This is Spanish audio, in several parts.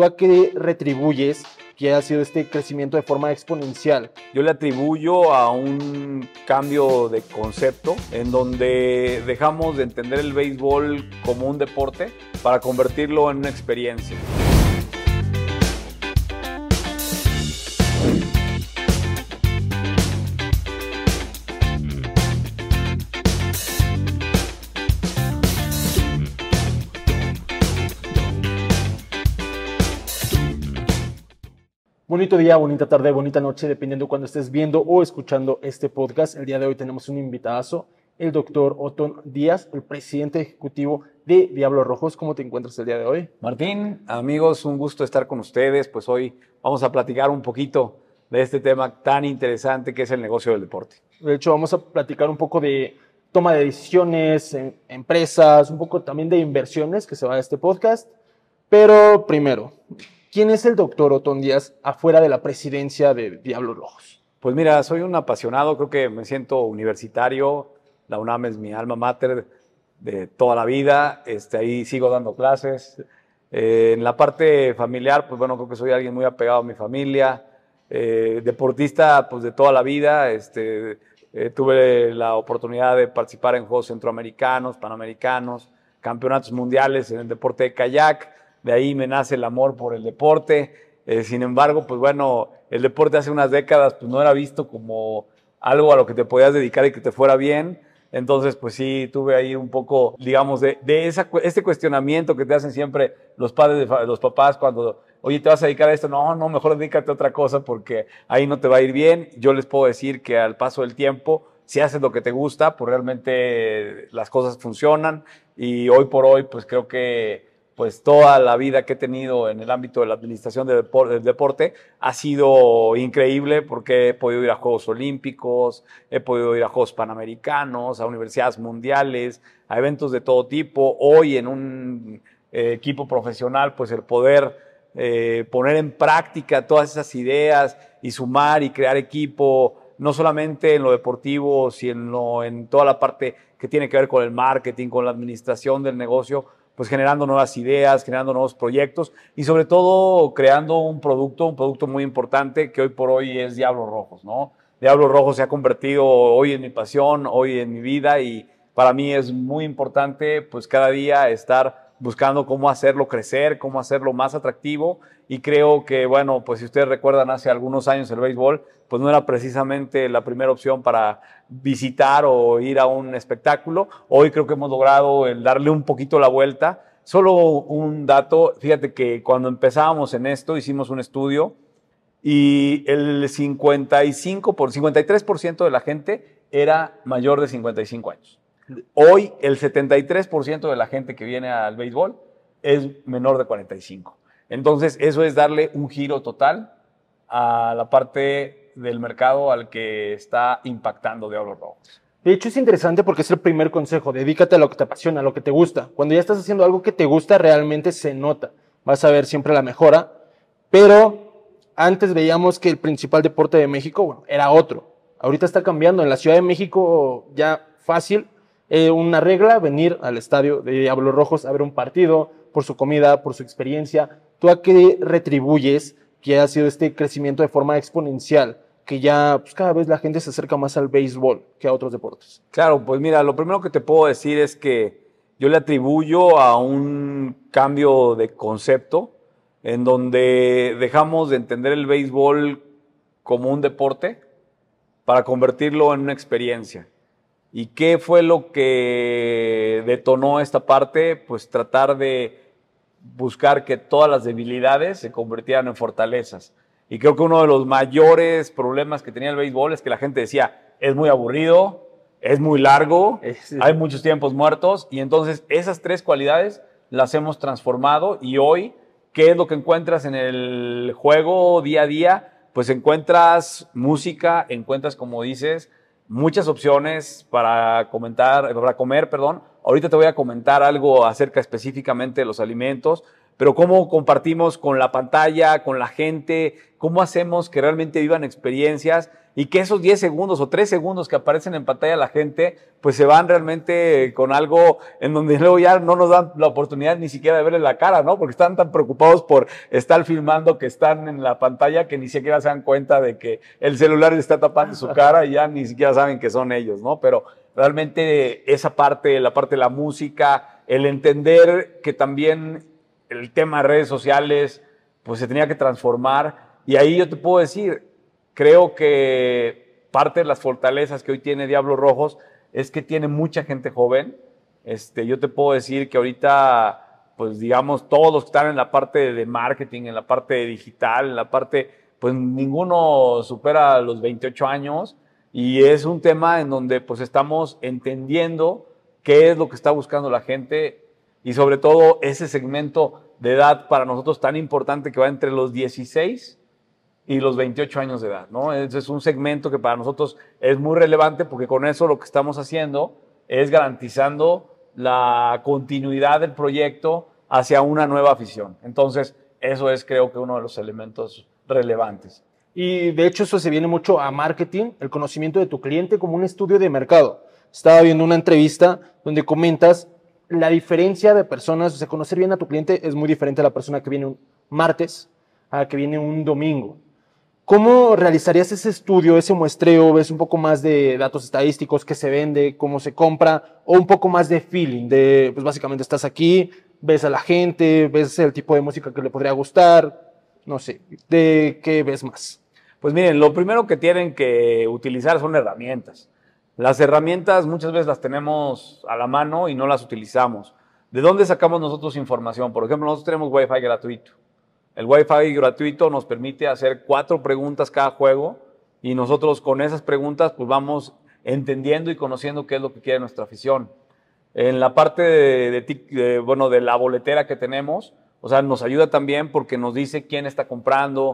¿Tú a qué retribuyes que ha sido este crecimiento de forma exponencial? Yo le atribuyo a un cambio de concepto en donde dejamos de entender el béisbol como un deporte para convertirlo en una experiencia. Bonito día, bonita tarde, bonita noche, dependiendo cuando estés viendo o escuchando este podcast. El día de hoy tenemos un invitadazo, el doctor Otón Díaz, el presidente ejecutivo de Diablos Rojos. ¿Cómo te encuentras el día de hoy? Martín, amigos, un gusto estar con ustedes. Pues hoy vamos a platicar un poquito de este tema tan interesante que es el negocio del deporte. De hecho, vamos a platicar un poco de toma de decisiones, empresas, un poco también de inversiones que se va a este podcast. Pero primero, ¿quién es el doctor Otón Díaz afuera de la presidencia de Diablos Rojos? Pues mira, soy un apasionado, creo que me siento universitario. La UNAM es mi alma mater de toda la vida. Ahí sigo dando clases. En la parte familiar, pues bueno, creo que soy alguien muy apegado a mi familia. Deportista, pues de toda la vida. Tuve la oportunidad de participar en Juegos Centroamericanos, Panamericanos, campeonatos mundiales en el deporte de kayak. De ahí me nace el amor por el deporte. Sin embargo, pues bueno, el deporte hace unas décadas pues no era visto como algo a lo que te podías dedicar y que te fuera bien. Entonces, pues sí, tuve ahí un poco, digamos, de este cuestionamiento que te hacen siempre los padres, los papás cuando, oye, ¿te vas a dedicar a esto? No, mejor dedícate a otra cosa porque ahí no te va a ir bien. Yo les puedo decir que al paso del tiempo, si haces lo que te gusta, pues realmente las cosas funcionan. Y hoy por hoy, pues creo que pues toda la vida que he tenido en el ámbito de la administración del deporte ha sido increíble porque he podido ir a Juegos Olímpicos, he podido ir a Juegos Panamericanos, a universidades mundiales, a eventos de todo tipo. Hoy en un equipo profesional, pues el poder poner en práctica todas esas ideas y sumar y crear equipo, no solamente en lo deportivo, sino en toda la parte que tiene que ver con el marketing, con la administración del negocio, pues generando nuevas ideas, generando nuevos proyectos y sobre todo creando un producto muy importante que hoy por hoy es Diablos Rojos, ¿no? Diablos Rojos se ha convertido hoy en mi pasión, hoy en mi vida y para mí es muy importante pues cada día estar buscando cómo hacerlo crecer, cómo hacerlo más atractivo y creo que, bueno, pues si ustedes recuerdan hace algunos años el béisbol, pues no era precisamente la primera opción para visitar o ir a un espectáculo. Hoy creo que hemos logrado el darle un poquito la vuelta. Solo un dato, fíjate que cuando empezábamos en esto hicimos un estudio y el 53% de la gente era mayor de 55 años. Hoy el 73% de la gente que viene al béisbol es menor de 45. Entonces eso es darle un giro total a la parte del mercado al que está impactando Diablos Rojos. De hecho es interesante porque es el primer consejo, dedícate a lo que te apasiona, a lo que te gusta. Cuando ya estás haciendo algo que te gusta realmente se nota, vas a ver siempre la mejora, pero antes veíamos que el principal deporte de México, bueno, era otro. Ahorita está cambiando, en la Ciudad de México ya fácil, una regla, venir al estadio de Diablos Rojos a ver un partido, por su comida, por su experiencia. ¿Tú a qué retribuyes que ha sido este crecimiento de forma exponencial, que ya pues, cada vez la gente se acerca más al béisbol que a otros deportes? Claro, pues mira, lo primero que te puedo decir es que yo le atribuyo a un cambio de concepto en donde dejamos de entender el béisbol como un deporte para convertirlo en una experiencia. ¿Y qué fue lo que detonó esta parte? Pues tratar de buscar que todas las debilidades se convirtieran en fortalezas. Y creo que uno de los mayores problemas que tenía el béisbol es que la gente decía, es muy aburrido, es muy largo, hay muchos tiempos muertos, y entonces esas tres cualidades las hemos transformado y hoy, ¿qué es lo que encuentras en el juego día a día? Pues encuentras música, encuentras, como dices, muchas opciones para comer. Ahorita te voy a comentar algo acerca específicamente de los alimentos, pero cómo compartimos con la pantalla, con la gente, cómo hacemos que realmente vivan experiencias y que esos 10 segundos o 3 segundos que aparecen en pantalla la gente, pues se van realmente con algo en donde luego ya no nos dan la oportunidad ni siquiera de verle la cara, ¿no? Porque están tan preocupados por estar filmando que están en la pantalla que ni siquiera se dan cuenta de que el celular les está tapando su cara y ya ni siquiera saben que son ellos, ¿no? Pero realmente esa parte, la parte de la música, el entender que también el tema de redes sociales, pues se tenía que transformar. Y ahí yo te puedo decir, creo que parte de las fortalezas que hoy tiene Diablos Rojos es que tiene mucha gente joven. Yo te puedo decir que ahorita, pues digamos, todos los que están en la parte de marketing, en la parte de digital, en la parte, pues ninguno supera los 28 años y es un tema en donde pues estamos entendiendo qué es lo que está buscando la gente y sobre todo ese segmento de edad para nosotros tan importante que va entre los 16 y los 28 años de edad, ¿no? Ese es un segmento que para nosotros es muy relevante porque con eso lo que estamos haciendo es garantizando la continuidad del proyecto hacia una nueva afición. Entonces, eso es creo que uno de los elementos relevantes. Y de hecho eso se viene mucho a marketing, el conocimiento de tu cliente como un estudio de mercado. Estaba viendo una entrevista donde comentas la diferencia de personas, o sea, conocer bien a tu cliente es muy diferente a la persona que viene un martes a la que viene un domingo. ¿Cómo realizarías ese estudio, ese muestreo? ¿Ves un poco más de datos estadísticos, qué se vende, cómo se compra, o un poco más de feeling, de, pues básicamente estás aquí, ves a la gente, ves el tipo de música que le podría gustar, no sé, ¿de qué ves más? Pues miren, lo primero que tienen que utilizar son herramientas. Las herramientas muchas veces las tenemos a la mano y no las utilizamos. ¿De dónde sacamos nosotros información? Por ejemplo, nosotros tenemos Wi-Fi gratuito. El Wi-Fi gratuito nos permite hacer 4 preguntas cada juego y nosotros con esas preguntas pues vamos entendiendo y conociendo qué es lo que quiere nuestra afición. En la parte de la boletera que tenemos, o sea, nos ayuda también porque nos dice quién está comprando,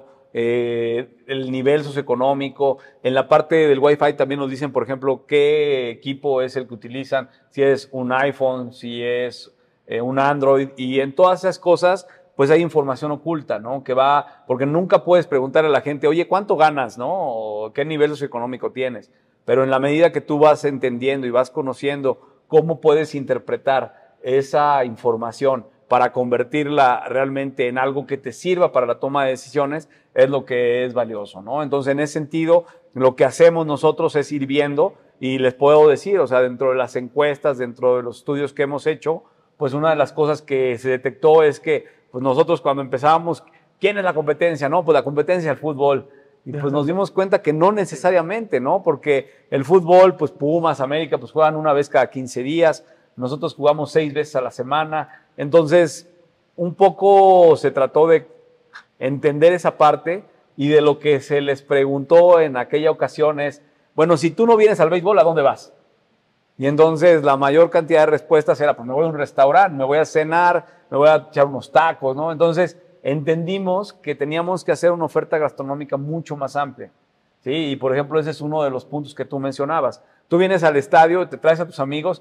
el nivel socioeconómico. En la parte del Wi-Fi también nos dicen, por ejemplo, qué equipo es el que utilizan, si es un iPhone, si es un Android, y en todas esas cosas pues hay información oculta, ¿no? Que va, porque nunca puedes preguntarle a la gente, oye, ¿cuánto ganas, no? O ¿qué nivel socioeconómico tienes? Pero en la medida que tú vas entendiendo y vas conociendo cómo puedes interpretar esa información para convertirla realmente en algo que te sirva para la toma de decisiones, es lo que es valioso, ¿no? Entonces, en ese sentido, lo que hacemos nosotros es ir viendo, y les puedo decir, o sea, dentro de las encuestas, dentro de los estudios que hemos hecho, pues una de las cosas que se detectó es que pues nosotros cuando empezábamos, ¿quién es la competencia? No, pues la competencia es el fútbol. Y pues nos dimos cuenta que no necesariamente, ¿no? Porque el fútbol, pues Pumas, América, pues juegan una vez cada 15 días. Nosotros jugamos 6 veces a la semana. Entonces, un poco se trató de entender esa parte y de lo que se les preguntó en aquella ocasión es, bueno, si tú no vienes al béisbol, ¿a dónde vas? Y entonces la mayor cantidad de respuestas era, pues me voy a un restaurante, me voy a cenar, me voy a echar unos tacos, ¿no? Entonces entendimos que teníamos que hacer una oferta gastronómica mucho más amplia, ¿sí? Y por ejemplo, ese es uno de los puntos que tú mencionabas. Tú vienes al estadio, te traes a tus amigos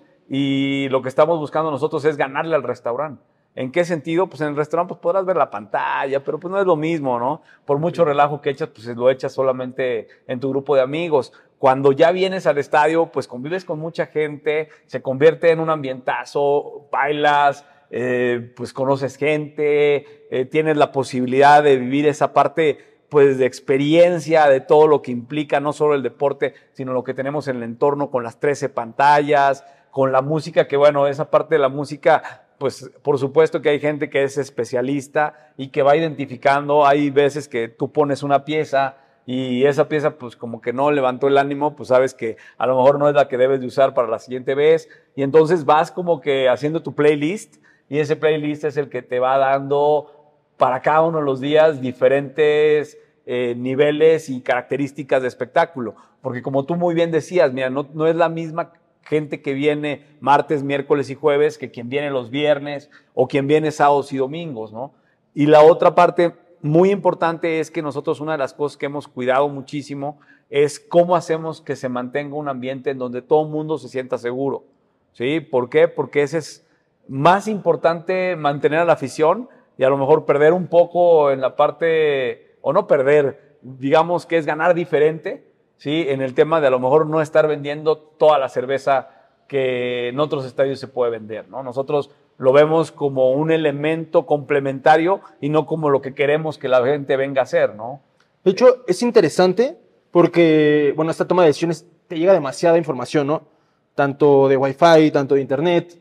y lo que estamos buscando nosotros es ganarle al restaurante. ¿En qué sentido? Pues en el restaurante pues podrás ver la pantalla, pero pues no es lo mismo, ¿no? Por mucho relajo que echas, pues lo echas solamente en tu grupo de amigos. Cuando ya vienes al estadio, pues convives con mucha gente, se convierte en un ambientazo, bailas, pues conoces gente, tienes la posibilidad de vivir esa parte pues de experiencia, de todo lo que implica no solo el deporte, sino lo que tenemos en el entorno con las 13 pantallas, con la música, que bueno, esa parte de la música, pues por supuesto que hay gente que es especialista y que va identificando, hay veces que tú pones una pieza y esa pieza pues como que no levantó el ánimo, pues sabes que a lo mejor no es la que debes de usar para la siguiente vez y entonces vas como que haciendo tu playlist y ese playlist es el que te va dando para cada uno de los días diferentes niveles y características de espectáculo, porque como tú muy bien decías, mira, no es la misma gente que viene martes, miércoles y jueves que quien viene los viernes o quien viene sábados y domingos, ¿no? Y la otra parte muy importante es que nosotros una de las cosas que hemos cuidado muchísimo es cómo hacemos que se mantenga un ambiente en donde todo el mundo se sienta seguro, ¿sí? ¿Por qué? Porque ese es más importante mantener a la afición y a lo mejor perder un poco en la parte, o no perder, digamos que es ganar diferente, ¿sí? En el tema de a lo mejor no estar vendiendo toda la cerveza que en otros estadios se puede vender, ¿no? Nosotros lo vemos como un elemento complementario y no como lo que queremos que la gente venga a hacer, ¿no? De hecho, es interesante porque, bueno, esta toma de decisiones te llega demasiada información, ¿no? Tanto de Wi-Fi, tanto de Internet,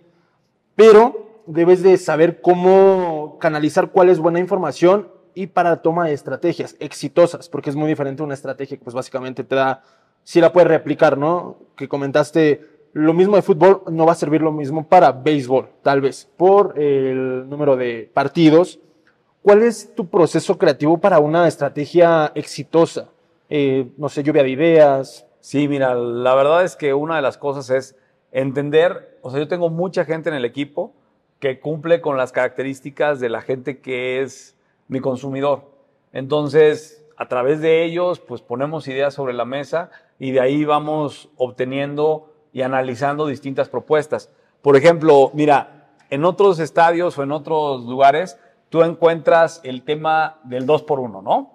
pero debes de saber cómo canalizar cuál es buena información y para la toma de estrategias exitosas, porque es muy diferente una estrategia que pues básicamente te da, si la puedes replicar, ¿no? Que comentaste, lo mismo de fútbol no va a servir lo mismo para béisbol, tal vez, por el número de partidos. ¿Cuál es tu proceso creativo para una estrategia exitosa? No sé, lluvia de ideas. Sí, mira, la verdad es que una de las cosas es entender, o sea, yo tengo mucha gente en el equipo que cumple con las características de la gente que es mi consumidor. Entonces, a través de ellos, pues ponemos ideas sobre la mesa y de ahí vamos obteniendo y analizando distintas propuestas. Por ejemplo, mira, en otros estadios o en otros lugares, tú encuentras el tema del 2x1, ¿no?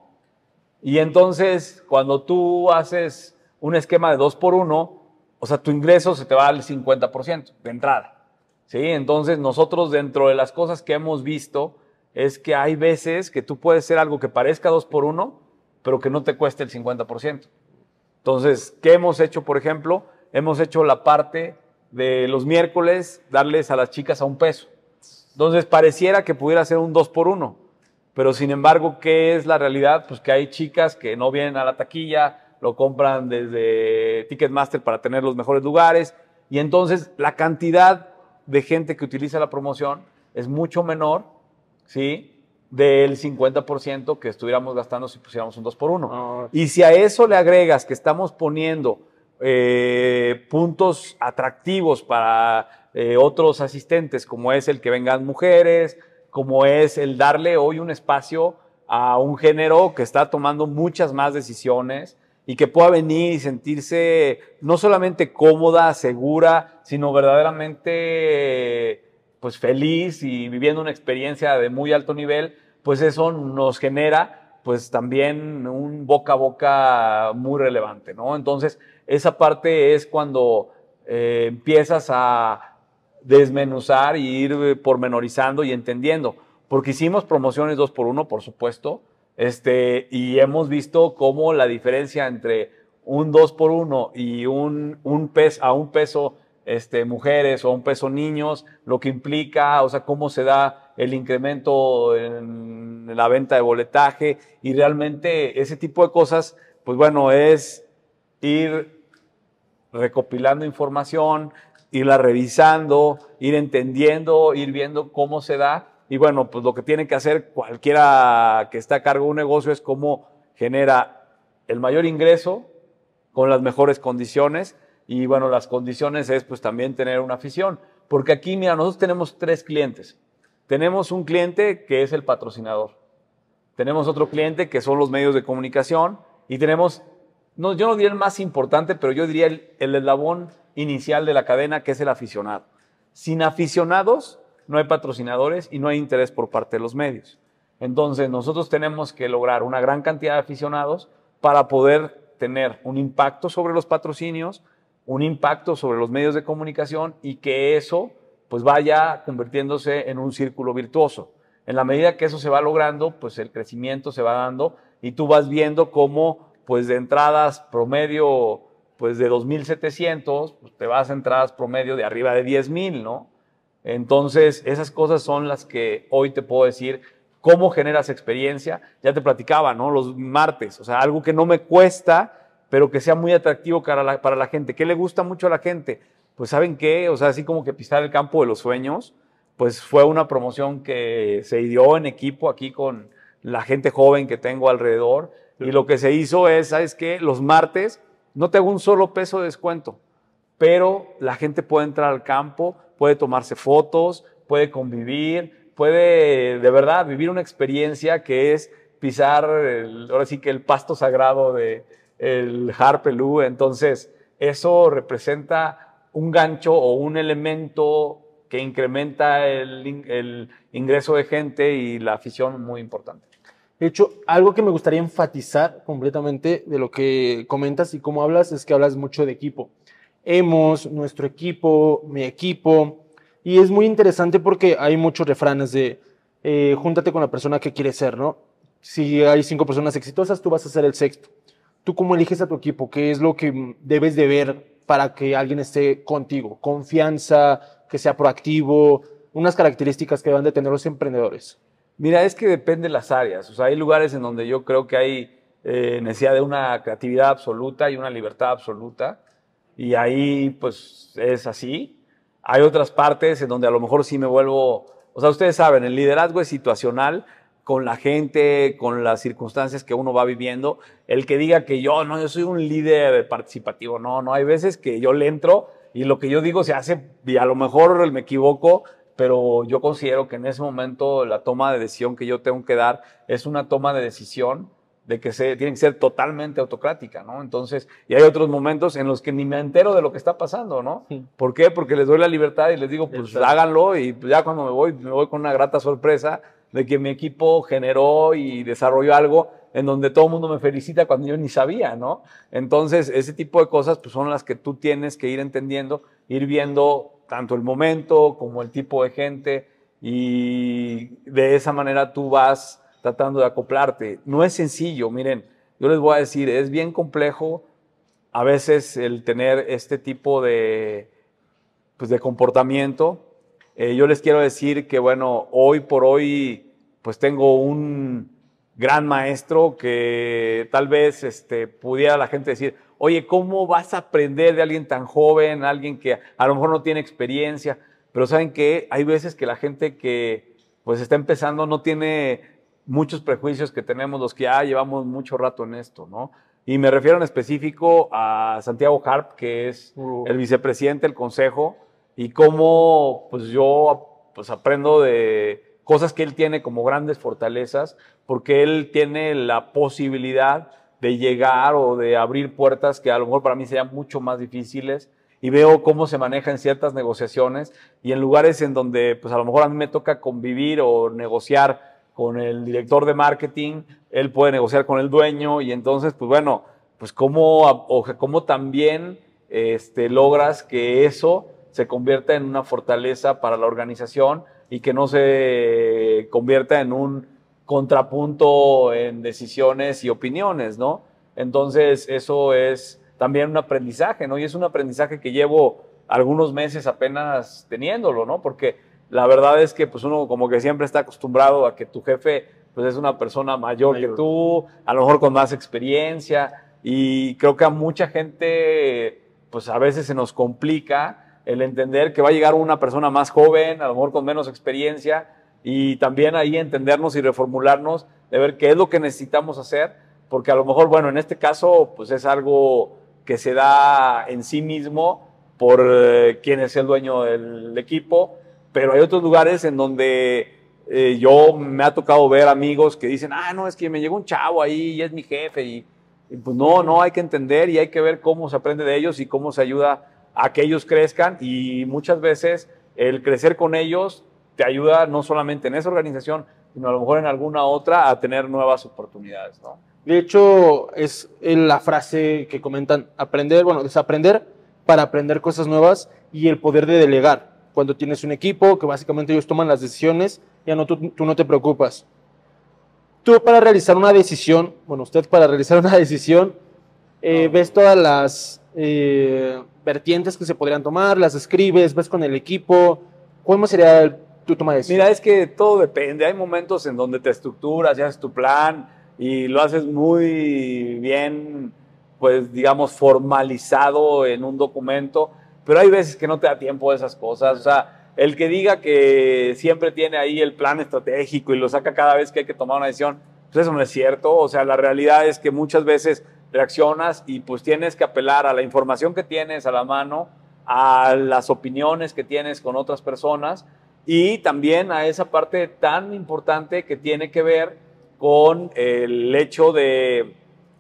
Y entonces, cuando tú haces un esquema de 2x1, o sea, tu ingreso se te va al 50% de entrada, ¿sí? Entonces, nosotros dentro de las cosas que hemos visto es que hay veces que tú puedes hacer algo que parezca 2x1, pero que no te cueste el 50%. Entonces, ¿qué hemos hecho, por ejemplo? Hemos hecho la parte de los miércoles darles a las chicas a $1. Entonces, pareciera que pudiera ser un 2x1. Pero sin embargo, ¿qué es la realidad? Pues que hay chicas que no vienen a la taquilla, lo compran desde Ticketmaster para tener los mejores lugares, y entonces la cantidad de gente que utiliza la promoción es mucho menor, ¿sí? Del 50% que estuviéramos gastando si pusiéramos un 2x1. Y si a eso le agregas que estamos poniendo puntos atractivos para otros asistentes, como es el que vengan mujeres, como es el darle hoy un espacio a un género que está tomando muchas más decisiones y que pueda venir y sentirse no solamente cómoda, segura, sino verdaderamente pues feliz y viviendo una experiencia de muy alto nivel, pues eso nos genera pues también un boca a boca muy relevante, ¿no? Entonces, esa parte es cuando empiezas a desmenuzar y ir pormenorizando y entendiendo, porque hicimos promociones 2x1, por supuesto, y hemos visto cómo la diferencia entre un 2x1 y a un peso mujeres o a un peso niños, lo que implica, o sea, cómo se da el incremento en la venta de boletaje, y realmente ese tipo de cosas, pues bueno, es ir recopilando información, irla revisando, ir entendiendo, ir viendo cómo se da. Y bueno, pues lo que tiene que hacer cualquiera que está a cargo de un negocio es cómo genera el mayor ingreso con las mejores condiciones. Y bueno, las condiciones es pues también tener una afición. Porque aquí, mira, nosotros tenemos 3 clientes. Tenemos un cliente que es el patrocinador. Tenemos otro cliente que son los medios de comunicación. Y tenemos, no, yo no diría el más importante, pero yo diría el eslabón inicial de la cadena, que es el aficionado. Sin aficionados no hay patrocinadores y no hay interés por parte de los medios. Entonces nosotros tenemos que lograr una gran cantidad de aficionados para poder tener un impacto sobre los patrocinios, un impacto sobre los medios de comunicación, y que eso pues vaya convirtiéndose en un círculo virtuoso. En la medida que eso se va logrando, pues el crecimiento se va dando y tú vas viendo cómo pues de entradas promedio pues de 2,700, pues te vas a entradas promedio de arriba de 10,000, ¿no? Entonces, esas cosas son las que hoy te puedo decir cómo generas experiencia. Ya te platicaba, ¿no? Los martes, o sea, algo que no me cuesta, pero que sea muy atractivo para la gente. ¿Qué le gusta mucho a la gente? Pues, ¿saben qué? O sea, así como que pisar el campo de los sueños, pues fue una promoción que se dio en equipo aquí con la gente joven que tengo alrededor. Y lo que se hizo es, ¿sabes qué? Los martes no te hago un solo peso de descuento, pero la gente puede entrar al campo, puede tomarse fotos, puede convivir, puede de verdad vivir una experiencia que es pisar, ahora sí que el pasto sagrado del Harpelú. Entonces, eso representa un gancho o un elemento que incrementa el ingreso de gente y la afición muy importante. De hecho, algo que me gustaría enfatizar completamente de lo que comentas y cómo hablas es que hablas mucho de equipo. Nuestro equipo, mi equipo. Y es muy interesante porque hay muchos refranes de júntate con la persona que quieres ser, ¿no? Si hay 5 personas exitosas, tú vas a ser el sexto. ¿Tú cómo eliges a tu equipo? ¿Qué es lo que debes de ver para que alguien esté contigo? Confianza, que sea proactivo, unas características que deben de tener los emprendedores. Mira, es que depende de las áreas. O sea, hay lugares en donde yo creo que hay necesidad de una creatividad absoluta y una libertad absoluta. Y ahí, pues, es así. Hay otras partes en donde a lo mejor sí me vuelvo... O sea, ustedes saben, el liderazgo es situacional con la gente, con las circunstancias que uno va viviendo. El que diga que yo soy un líder participativo. No, hay veces que yo le entro y lo que yo digo se hace, y a lo mejor me equivoco, pero yo considero que en ese momento la toma de decisión que yo tengo que dar es una toma de decisión de que tiene que ser totalmente autocrática, ¿no? Entonces, y hay otros momentos en los que ni me entero de lo que está pasando, ¿no? ¿Por qué? Porque les doy la libertad y les digo, pues háganlo, y ya cuando me voy con una grata sorpresa de que mi equipo generó y desarrolló algo en donde todo el mundo me felicita cuando yo ni sabía, ¿no? Entonces, ese tipo de cosas pues son las que tú tienes que ir entendiendo, ir viendo tanto el momento como el tipo de gente, y de esa manera tú vas tratando de acoplarte. No es sencillo, miren, yo les voy a decir, es bien complejo a veces el tener este tipo de comportamiento. Yo les quiero decir que, bueno, hoy por hoy, pues tengo un gran maestro que tal vez pudiera la gente decir, oye, ¿cómo vas a aprender de alguien tan joven, alguien que a lo mejor no tiene experiencia? Pero ¿saben qué? Hay veces que la gente que pues está empezando no tiene muchos prejuicios que tenemos los que ya llevamos mucho rato en esto, ¿no? Y me refiero en específico a Santiago Harp, que es el vicepresidente del consejo, y cómo pues yo pues aprendo de cosas que él tiene como grandes fortalezas, porque él tiene la posibilidad de llegar o de abrir puertas que a lo mejor para mí serían mucho más difíciles, y veo cómo se maneja en ciertas negociaciones y en lugares en donde pues a lo mejor a mí me toca convivir o negociar con el director de marketing, él puede negociar con el dueño, y entonces pues bueno, pues cómo también logras que eso se convierta en una fortaleza para la organización y que no se convierta en un contrapunto en decisiones y opiniones, ¿no? Entonces, eso es también un aprendizaje, ¿no? Y es un aprendizaje que llevo algunos meses apenas teniéndolo, ¿no? Porque la verdad es que pues uno como que siempre está acostumbrado a que tu jefe pues es una persona mayor que tú, a lo mejor con más experiencia, y creo que a mucha gente pues a veces se nos complica el entender que va a llegar una persona más joven, a lo mejor con menos experiencia, y también ahí entendernos y reformularnos de ver qué es lo que necesitamos hacer, porque a lo mejor, bueno, en este caso, pues es algo que se da en sí mismo por quien es el dueño del equipo, pero hay otros lugares en donde yo me ha tocado ver amigos que dicen, no, es que me llegó un chavo ahí y es mi jefe, y pues no, hay que entender y hay que ver cómo se aprende de ellos y cómo se ayuda a que ellos crezcan, y muchas veces el crecer con ellos te ayuda no solamente en esa organización, sino a lo mejor en alguna otra a tener nuevas oportunidades, ¿no? De hecho, es la frase que comentan, desaprender para aprender cosas nuevas, y el poder de delegar. Cuando tienes un equipo, que básicamente ellos toman las decisiones, ya no, tú no te preocupas. Tú para realizar una decisión, usted para realizar una decisión, ves todas las vertientes que se podrían tomar, las escribes, ves con el equipo. ¿Cómo sería tu toma de decisión? Mira, es que todo depende. Hay momentos en donde te estructuras y haces tu plan y lo haces muy bien, pues digamos, formalizado en un documento, pero hay veces que no te da tiempo de esas cosas. O sea, el que diga que siempre tiene ahí el plan estratégico y lo saca cada vez que hay que tomar una decisión, pues eso no es cierto. O sea, la realidad es que muchas veces reaccionas y pues tienes que apelar a la información que tienes a la mano, a las opiniones que tienes con otras personas, y también a esa parte tan importante que tiene que ver con el hecho de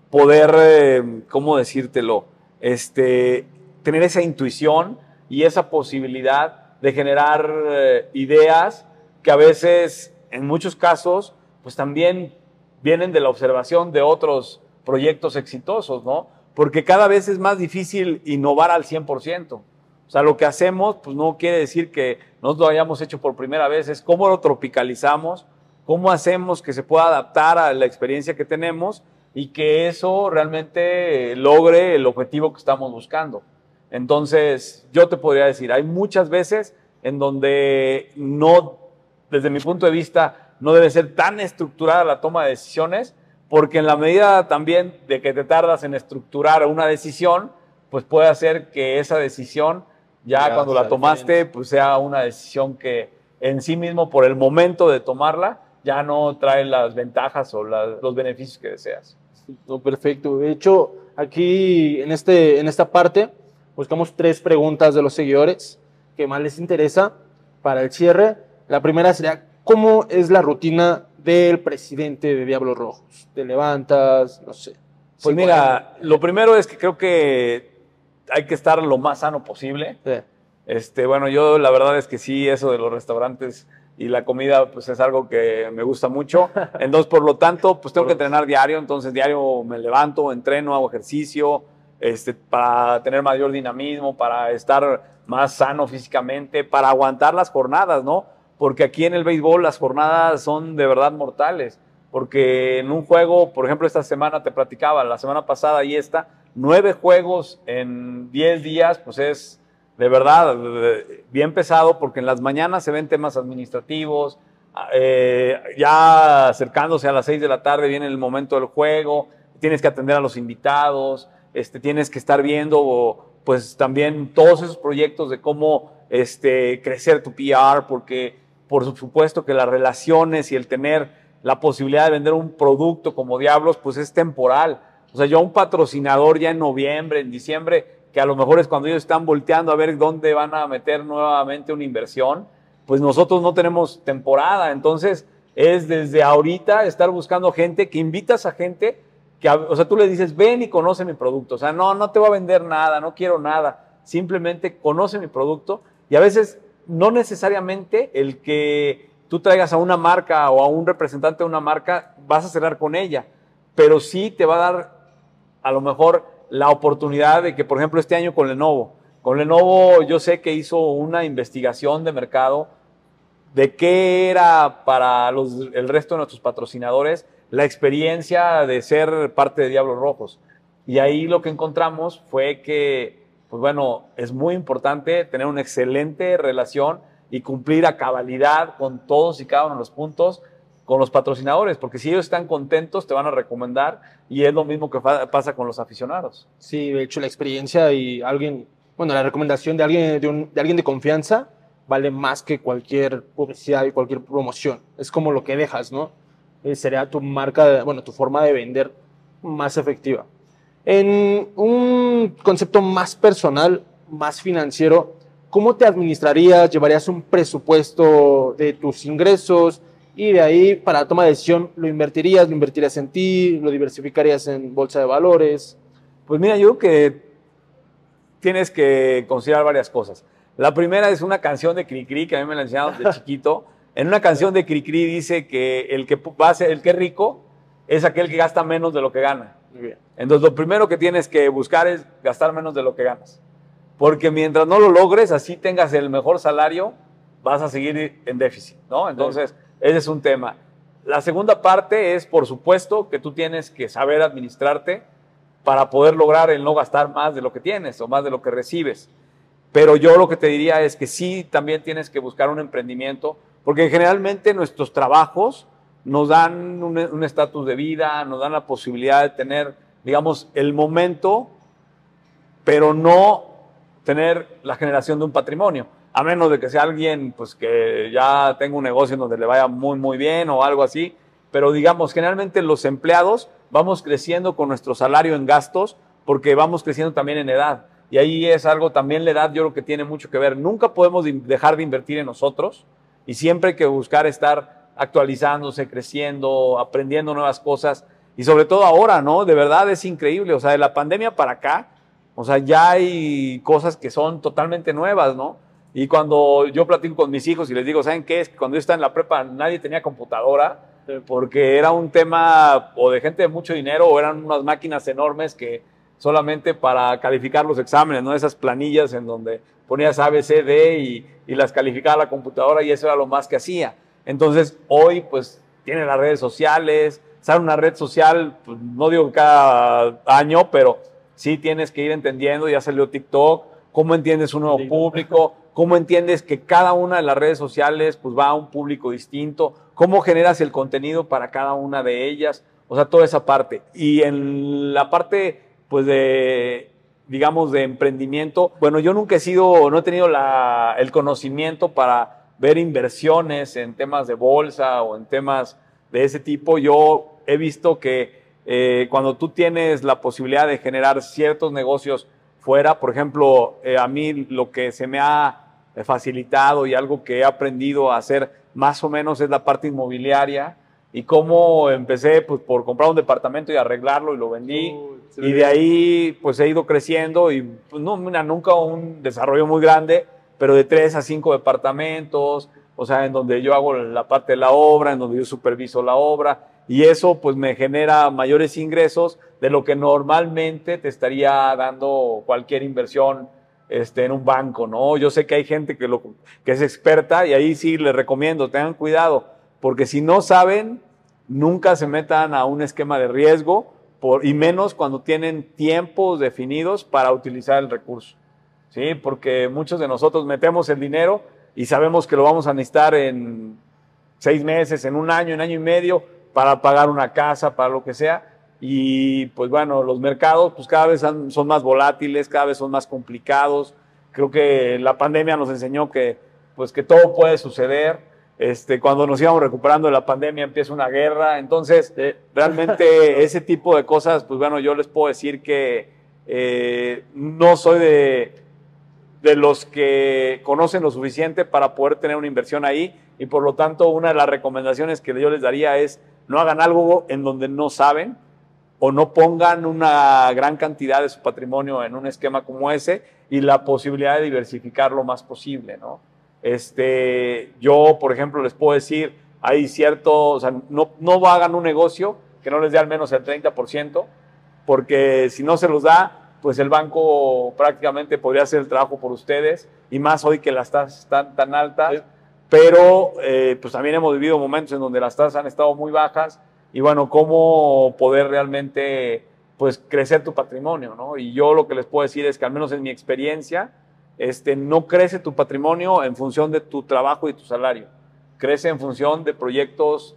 poder, ¿cómo decírtelo? Tener esa intuición y esa posibilidad de generar ideas que a veces, en muchos casos, pues también vienen de la observación de otros proyectos exitosos, ¿no? Porque cada vez es más difícil innovar al 100%. O sea, lo que hacemos, pues no quiere decir que nosotros lo hayamos hecho por primera vez, es cómo lo tropicalizamos, cómo hacemos que se pueda adaptar a la experiencia que tenemos y que eso realmente logre el objetivo que estamos buscando. Entonces, yo te podría decir, hay muchas veces en donde no, desde mi punto de vista, no debe ser tan estructurada la toma de decisiones, porque en la medida también de que te tardas en estructurar una decisión, pues puede hacer que esa decisión, ya cuando la tomaste, diferente, pues sea una decisión que en sí mismo, por el momento de tomarla, ya no trae las ventajas o los beneficios que deseas. No, perfecto. De hecho, aquí en esta parte buscamos 3 preguntas de los seguidores que más les interesa para el cierre. La primera sería, ¿cómo es la rutina del presidente de Diablos Rojos? ¿Te levantas? No sé. Pues mira, lo primero es que creo que hay que estar lo más sano posible. Sí. Bueno, yo la verdad es que sí, eso de los restaurantes y la comida, pues es algo que me gusta mucho. Entonces, por lo tanto, pues tengo que entrenar diario. Entonces, diario me levanto, entreno, hago ejercicio, para tener mayor dinamismo, para estar más sano físicamente, para aguantar las jornadas, ¿no? Porque aquí en el béisbol las jornadas son de verdad mortales. Porque en un juego, por ejemplo, esta semana te platicaba, la semana pasada y 9 juegos en 10 días, pues es de verdad bien pesado, porque en las mañanas se ven temas administrativos, ya acercándose a las 6 de la tarde viene el momento del juego, tienes que atender a los invitados, tienes que estar viendo pues también todos esos proyectos de cómo crecer tu PR, porque por supuesto que las relaciones y el tener la posibilidad de vender un producto como Diablos, pues es temporal. O sea, yo a un patrocinador ya en noviembre, en diciembre, que a lo mejor es cuando ellos están volteando a ver dónde van a meter nuevamente una inversión, pues nosotros no tenemos temporada. Entonces, es desde ahorita estar buscando gente, que invitas a gente, que, o sea, tú le dices, ven y conoce mi producto. O sea, no te voy a vender nada, no quiero nada. Simplemente conoce mi producto. Y a veces, no necesariamente el que tú traigas a una marca o a un representante de una marca, vas a cerrar con ella, pero sí te va a dar a lo mejor la oportunidad de que, por ejemplo, este año con Lenovo yo sé que hizo una investigación de mercado de qué era para el resto de nuestros patrocinadores la experiencia de ser parte de Diablos Rojos. Y ahí lo que encontramos fue que, pues bueno, es muy importante tener una excelente relación y cumplir a cabalidad con todos y cada uno de los puntos con los patrocinadores, porque si ellos están contentos te van a recomendar, y es lo mismo que pasa con los aficionados. Sí, de hecho la experiencia y la recomendación de alguien de confianza vale más que cualquier publicidad y cualquier promoción. Es como lo que dejas, ¿no? Sería tu marca, tu forma de vender más efectiva. En un concepto más personal, más financiero, ¿cómo te administrarías? ¿Llevarías un presupuesto de tus ingresos? Y de ahí, para la toma de decisión, ¿lo invertirías en ti? ¿Lo diversificarías en bolsa de valores? Pues mira, yo creo que tienes que considerar varias cosas. La primera es una canción de Cricri, que a mí me la enseñaron de chiquito. En una canción de Cricri dice que el que es rico es aquel que gasta menos de lo que gana. Muy bien. Entonces, lo primero que tienes que buscar es gastar menos de lo que ganas. Porque mientras no lo logres, así tengas el mejor salario, vas a seguir en déficit, ¿no? Entonces, ese es un tema. La segunda parte es, por supuesto, que tú tienes que saber administrarte para poder lograr el no gastar más de lo que tienes o más de lo que recibes. Pero yo lo que te diría es que sí, también tienes que buscar un emprendimiento, porque generalmente nuestros trabajos nos dan un estatus de vida, nos dan la posibilidad de tener, digamos, el momento, pero no tener la generación de un patrimonio, a menos de que sea alguien pues que ya tenga un negocio en donde le vaya muy muy bien o algo así. Pero digamos, generalmente los empleados vamos creciendo con nuestro salario en gastos, porque vamos creciendo también en edad, y ahí es algo también, la edad yo creo que tiene mucho que ver. Nunca podemos dejar de invertir en nosotros, y siempre hay que buscar estar actualizándose, creciendo, aprendiendo nuevas cosas, y sobre todo ahora, ¿no? De verdad es increíble, o sea, de la pandemia para acá, o sea, ya hay cosas que son totalmente nuevas, ¿no? Y cuando yo platico con mis hijos y les digo, ¿saben qué? Es que cuando yo estaba en la prepa nadie tenía computadora, porque era un tema o de gente de mucho dinero o eran unas máquinas enormes que solamente para calificar los exámenes, ¿no? Esas planillas en donde ponías A, B, C, D y las calificaba la computadora y eso era lo más que hacía. Entonces, hoy, pues, tienen las redes sociales, sale una red social, pues, no digo cada año, pero sí tienes que ir entendiendo, ya salió TikTok, cómo entiendes un nuevo público, cómo entiendes que cada una de las redes sociales pues va a un público distinto, cómo generas el contenido para cada una de ellas, o sea, toda esa parte. Y en la parte pues de, digamos, de emprendimiento, bueno, yo nunca no he tenido el conocimiento para ver inversiones en temas de bolsa o en temas de ese tipo. Yo he visto que cuando tú tienes la posibilidad de generar ciertos negocios fuera, por ejemplo, a mí lo que se me ha facilitado y algo que he aprendido a hacer más o menos es la parte inmobiliaria y cómo empecé pues, por comprar un departamento y arreglarlo y lo vendí y de ahí pues he ido creciendo y pues, no, mira, nunca un desarrollo muy grande, pero de 3 a 5 departamentos, o sea, en donde yo hago la parte de la obra, en donde yo superviso la obra y eso pues me genera mayores ingresos de lo que normalmente te estaría dando cualquier inversión en un banco, ¿no? Yo sé que hay gente que es experta y ahí sí les recomiendo, tengan cuidado, porque si no saben, nunca se metan a un esquema de riesgo y menos cuando tienen tiempos definidos para utilizar el recurso, ¿sí? Porque muchos de nosotros metemos el dinero y sabemos que lo vamos a necesitar en 6 meses, en un año y medio, para pagar una casa, para lo que sea. Y pues bueno, los mercados pues cada vez son más volátiles, cada vez son más complicados. Creo que la pandemia nos enseñó que pues que todo puede suceder. Cuando nos íbamos recuperando de la pandemia empieza una guerra. Entonces, realmente ese tipo de cosas, pues bueno, yo les puedo decir que no soy de los que conocen lo suficiente para poder tener una inversión ahí y por lo tanto una de las recomendaciones que yo les daría es no hagan algo en donde no saben o no pongan una gran cantidad de su patrimonio en un esquema como ese y la posibilidad de diversificar lo más posible, ¿no? Yo, por ejemplo, les puedo decir, hay cierto, o sea, no hagan un negocio que no les dé al menos el 30%, porque si no se los da, pues el banco prácticamente podría hacer el trabajo por ustedes, y más hoy que las tasas están tan altas, sí. Pero pues también hemos vivido momentos en donde las tasas han estado muy bajas, y bueno, cómo poder realmente pues crecer tu patrimonio, ¿no? Y yo lo que les puedo decir es que al menos en mi experiencia, no crece tu patrimonio en función de tu trabajo y tu salario, crece en función de proyectos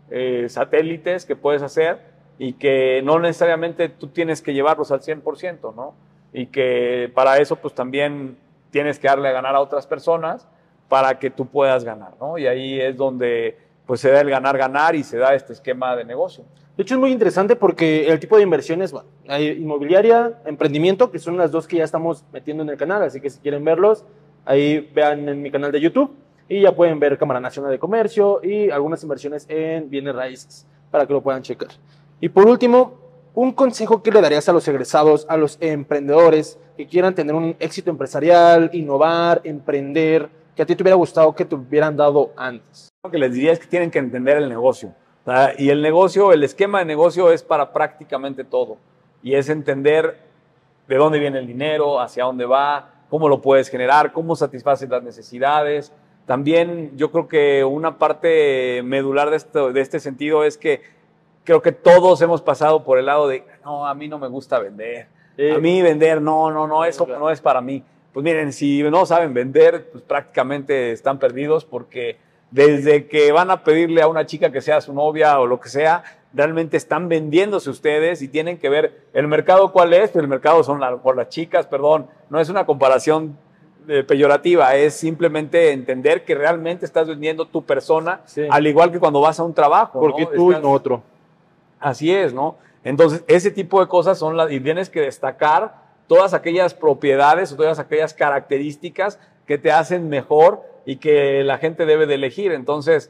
satélites que puedes hacer y que no necesariamente tú tienes que llevarlos al 100%, ¿no? Y que para eso pues también tienes que darle a ganar a otras personas para que tú puedas ganar, ¿no? Y ahí es donde pues se da el ganar-ganar y se da este esquema de negocio. De hecho es muy interesante porque el tipo de inversiones, bueno, hay inmobiliaria, emprendimiento, que son las dos que ya estamos metiendo en el canal, así que si quieren verlos, ahí vean en mi canal de YouTube y ya pueden ver Cámara Nacional de Comercio y algunas inversiones en bienes raíces para que lo puedan checar. Y por último, un consejo que le darías a los egresados, a los emprendedores que quieran tener un éxito empresarial, innovar, emprender, que a ti te hubiera gustado que te hubieran dado antes. Lo que les diría es que tienen que entender el negocio. Y el negocio, el esquema de negocio es para prácticamente todo. Y es entender de dónde viene el dinero, hacia dónde va, cómo lo puedes generar, cómo satisfaces las necesidades. También yo creo que una parte medular de este sentido es que creo que todos hemos pasado por el lado de, no, a mí no me gusta vender. A mí vender, no, eso no es para mí. Pues miren, si no saben vender, pues prácticamente están perdidos porque desde que van a pedirle a una chica que sea su novia o lo que sea, realmente están vendiéndose ustedes y tienen que ver el mercado cuál es. El mercado son por las chicas, perdón, no es una comparación peyorativa, es simplemente entender que realmente estás vendiendo tu persona, sí. Al igual que cuando vas a un trabajo. Porque ¿no? tú y no otro. Así es, ¿no? Entonces, ese tipo de cosas y tienes que destacar todas aquellas propiedades o todas aquellas características que te hacen mejor y que la gente debe de elegir. Entonces,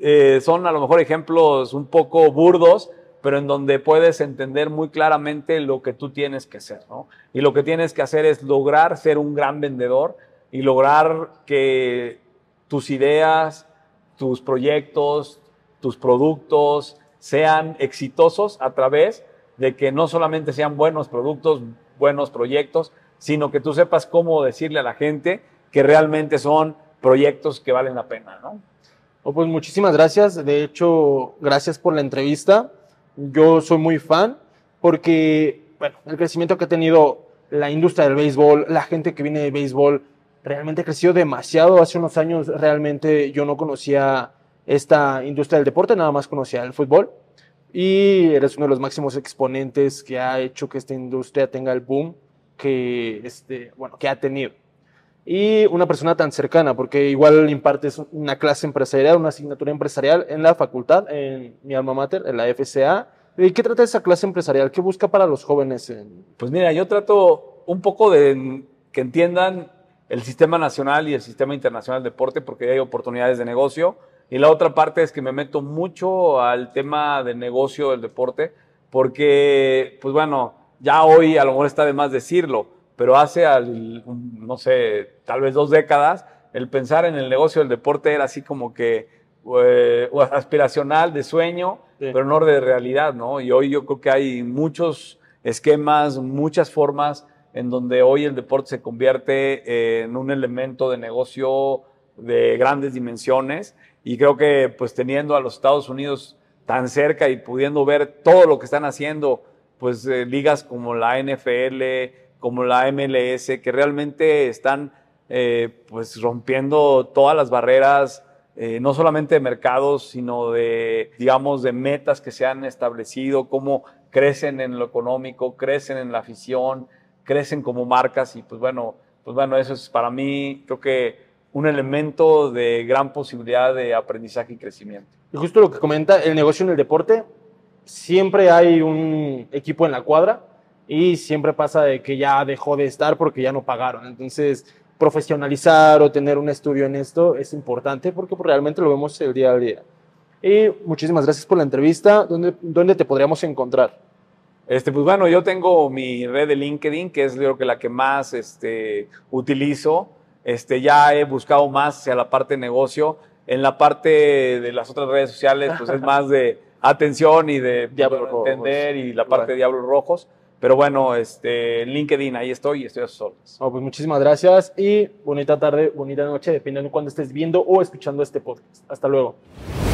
son a lo mejor ejemplos un poco burdos, pero en donde puedes entender muy claramente lo que tú tienes que hacer, ¿no? Y lo que tienes que hacer es lograr ser un gran vendedor, y lograr que tus ideas, tus proyectos, tus productos sean exitosos a través de que no solamente sean buenos productos, buenos proyectos, sino que tú sepas cómo decirle a la gente que realmente son proyectos que valen la pena, ¿no? Oh, pues muchísimas gracias. De hecho, gracias por la entrevista. Yo soy muy fan porque, bueno, el crecimiento que ha tenido la industria del béisbol, la gente que viene de béisbol, realmente ha crecido demasiado. Hace unos años realmente yo no conocía esta industria del deporte, nada más conocía el fútbol. Y eres uno de los máximos exponentes que ha hecho que esta industria tenga el boom que, bueno, que ha tenido. Y una persona tan cercana, porque igual impartes una clase empresarial, una asignatura empresarial en la facultad, en mi alma mater, en la FCA. ¿Y qué trata esa clase empresarial? ¿Qué busca para los jóvenes? Pues mira, yo trato un poco de que entiendan el sistema nacional y el sistema internacional del deporte, porque hay oportunidades de negocio. Y la otra parte es que me meto mucho al tema del negocio del deporte, porque, pues bueno, ya hoy a lo mejor está de más decirlo, pero hace, no sé, tal vez 2 décadas, el pensar en el negocio del deporte era así como que aspiracional, de sueño, sí, pero no de realidad, ¿no? Y hoy yo creo que hay muchos esquemas, muchas formas en donde hoy el deporte se convierte en un elemento de negocio de grandes dimensiones, y creo que pues teniendo a los Estados Unidos tan cerca y pudiendo ver todo lo que están haciendo, pues ligas como la NFL, como la MLS, que realmente están pues rompiendo todas las barreras, no solamente de mercados, sino de, digamos, de metas que se han establecido, cómo crecen en lo económico, crecen en la afición, crecen como marcas, y pues bueno, eso es para mí, creo que un elemento de gran posibilidad de aprendizaje y crecimiento. Y justo lo que comenta, el negocio en el deporte, siempre hay un equipo en la cuadra y siempre pasa de que ya dejó de estar porque ya no pagaron. Entonces, profesionalizar o tener un estudio en esto es importante porque realmente lo vemos el día a día. Y muchísimas gracias por la entrevista. ¿Dónde te podríamos encontrar? Pues bueno, yo tengo mi red de LinkedIn, que es creo que la que más utilizo. Ya he buscado más hacia la parte de negocio. En la parte de las otras redes sociales, pues es más de atención y de entender, y la parte de Diablos Rojos. Pero bueno, en LinkedIn ahí estoy a sus órdenes. Oh, pues muchísimas gracias y bonita tarde, bonita noche, dependiendo de cuándo estés viendo o escuchando este podcast. Hasta luego.